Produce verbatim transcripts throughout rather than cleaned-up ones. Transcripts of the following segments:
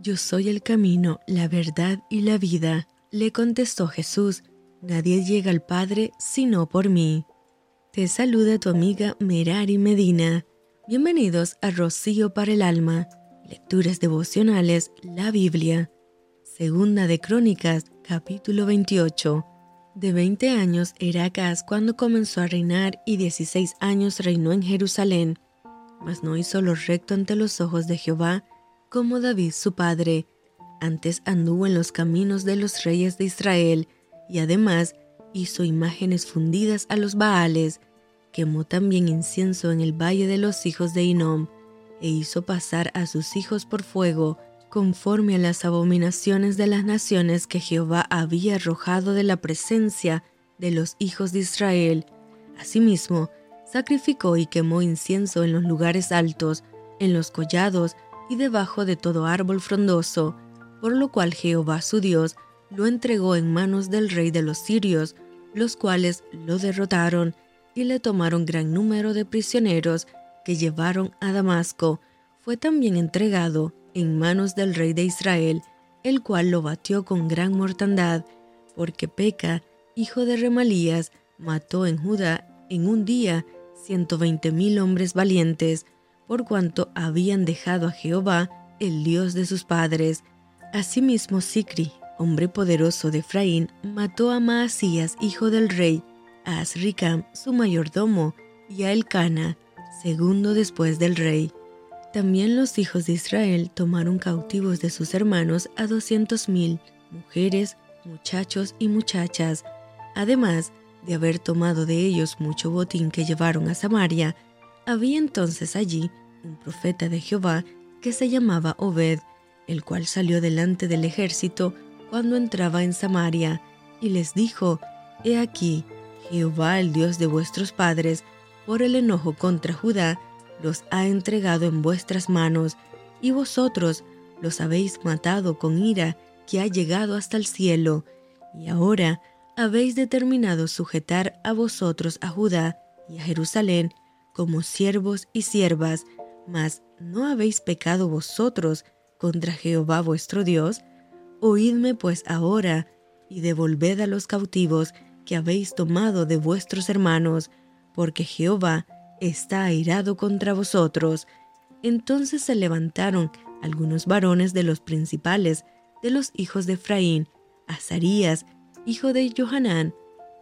Yo soy el camino, la verdad y la vida. Le contestó Jesús, nadie llega al Padre sino por mí. Te saluda tu amiga Merari Medina. Bienvenidos a Rocío para el Alma, Lecturas Devocionales, la Biblia. Segunda de Crónicas, capítulo veintiocho. De veinte años era Acaz cuando comenzó a reinar y dieciséis años reinó en Jerusalén. Mas no hizo lo recto ante los ojos de Jehová, como David su padre. Antes anduvo en los caminos de los reyes de Israel, y además hizo imágenes fundidas a los Baales. Quemó también incienso en el valle de los hijos de Hinnom, e hizo pasar a sus hijos por fuego, conforme a las abominaciones de las naciones que Jehová había arrojado de la presencia de los hijos de Israel. Asimismo, sacrificó y quemó incienso en los lugares altos, en los collados y debajo de todo árbol frondoso, por lo cual Jehová su Dios lo entregó en manos del rey de los sirios, los cuales lo derrotaron y le tomaron gran número de prisioneros que llevaron a Damasco. Fue también entregado en manos del rey de Israel, el cual lo batió con gran mortandad, porque Peca, hijo de Remalías, mató en Judá en un día ciento veinte mil hombres valientes, por cuanto habían dejado a Jehová, el Dios de sus padres. Asimismo Sicri, hombre poderoso de Efraín, mató a Maasías, hijo del rey, a Azricam, su mayordomo, y a Elcana, segundo después del rey. También los hijos de Israel tomaron cautivos de sus hermanos a doscientos mil, mujeres, muchachos y muchachas. Además de haber tomado de ellos mucho botín que llevaron a Samaria, había entonces allí un profeta de Jehová que se llamaba Obed, el cual salió delante del ejército cuando entraba en Samaria, y les dijo: He aquí, Jehová, el Dios de vuestros padres, por el enojo contra Judá, los ha entregado en vuestras manos, y vosotros los habéis matado con ira que ha llegado hasta el cielo, y ahora habéis determinado sujetar a vosotros a Judá y a Jerusalén como siervos y siervas, mas ¿no habéis pecado vosotros contra Jehová vuestro Dios? Oídme pues ahora, y devolved a los cautivos que habéis tomado de vuestros hermanos, porque Jehová está airado contra vosotros. Entonces se levantaron algunos varones de los principales de los hijos de Efraín, Azarías, hijo de Johanán,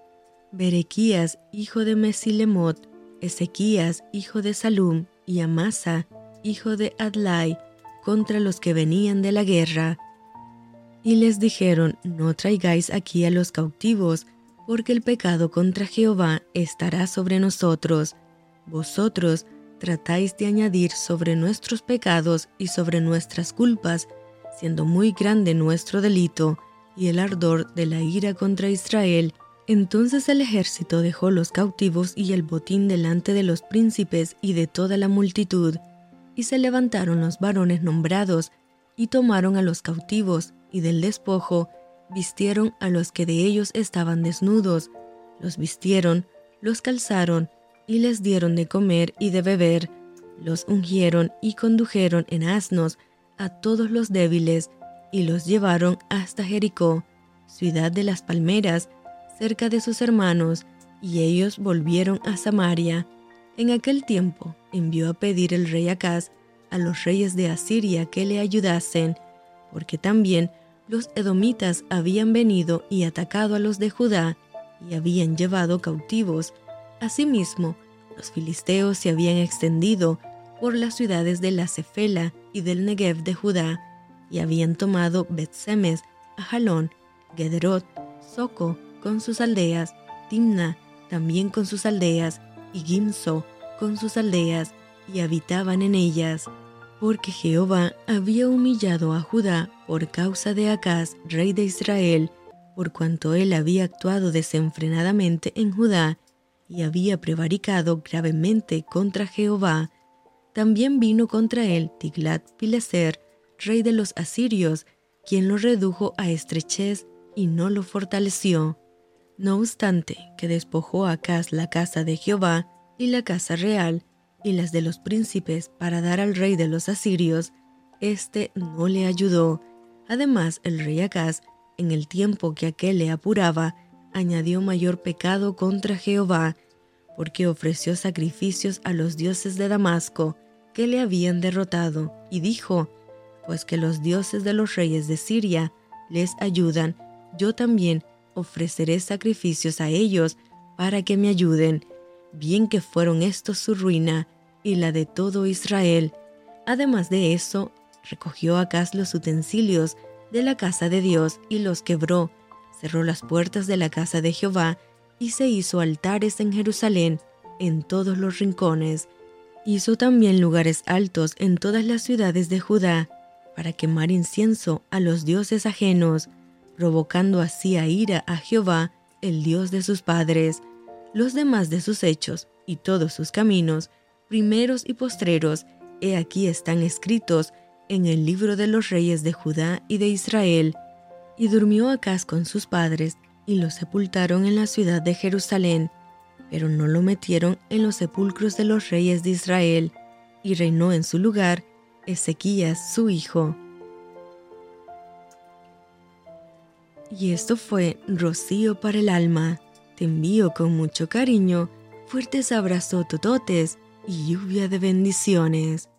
Berequías, hijo de Mesilemot, Ezequías, hijo de Salum, y Amasa, hijo de Adlai, contra los que venían de la guerra. Y les dijeron: No traigáis aquí a los cautivos, porque el pecado contra Jehová estará sobre nosotros. Vosotros tratáis de añadir sobre nuestros pecados y sobre nuestras culpas, siendo muy grande nuestro delito y el ardor de la ira contra Israel. Entonces el ejército dejó los cautivos y el botín delante de los príncipes y de toda la multitud, y se levantaron los varones nombrados, y tomaron a los cautivos, y del despojo vistieron a los que de ellos estaban desnudos, los vistieron, los calzaron, y les dieron de comer y de beber, los ungieron y condujeron en asnos a todos los débiles, y los llevaron hasta Jericó, ciudad de las palmeras, cerca de sus hermanos, y ellos volvieron a Samaria. En aquel tiempo envió a pedir el rey Acaz a los reyes de Asiria que le ayudasen, porque también los edomitas habían venido y atacado a los de Judá, y habían llevado cautivos. Asimismo, los filisteos se habían extendido por las ciudades de la Cefela y del Negev de Judá, y habían tomado Bet-Semes, Ajalón, Gederot, Soco con sus aldeas, Timna también con sus aldeas, y Gimso con sus aldeas, y habitaban en ellas. Porque Jehová había humillado a Judá por causa de Acaz, rey de Israel, por cuanto él había actuado desenfrenadamente en Judá, y había prevaricado gravemente contra Jehová. También vino contra él Tiglat-Pileser, rey de los asirios, quien lo redujo a estrechez y no lo fortaleció. No obstante, que despojó a Acaz la casa de Jehová y la casa real y las de los príncipes para dar al rey de los asirios, éste no le ayudó. Además, el rey Acaz, en el tiempo que aquél le apuraba, añadió mayor pecado contra Jehová, porque ofreció sacrificios a los dioses de Damasco, que le habían derrotado, y dijo: pues que los dioses de los reyes de Siria les ayudan, yo también ofreceré sacrificios a ellos para que me ayuden. Bien que fueron estos su ruina y la de todo Israel. Además de eso, recogió Acaz los utensilios de la casa de Dios y los quebró, cerró las puertas de la casa de Jehová y se hizo altares en Jerusalén, en todos los rincones. Hizo también lugares altos en todas las ciudades de Judá, para quemar incienso a los dioses ajenos, provocando así a ira a Jehová, el Dios de sus padres. Los demás de sus hechos y todos sus caminos, primeros y postreros, he aquí están escritos en el libro de los reyes de Judá y de Israel. Y durmió Acaz con sus padres, y lo sepultaron en la ciudad de Jerusalén, pero no lo metieron en los sepulcros de los reyes de Israel, y reinó en su lugar Ezequías su hijo. Y esto fue Rocío para el alma. Te envío con mucho cariño, fuertes abrazos tototes y lluvia de bendiciones.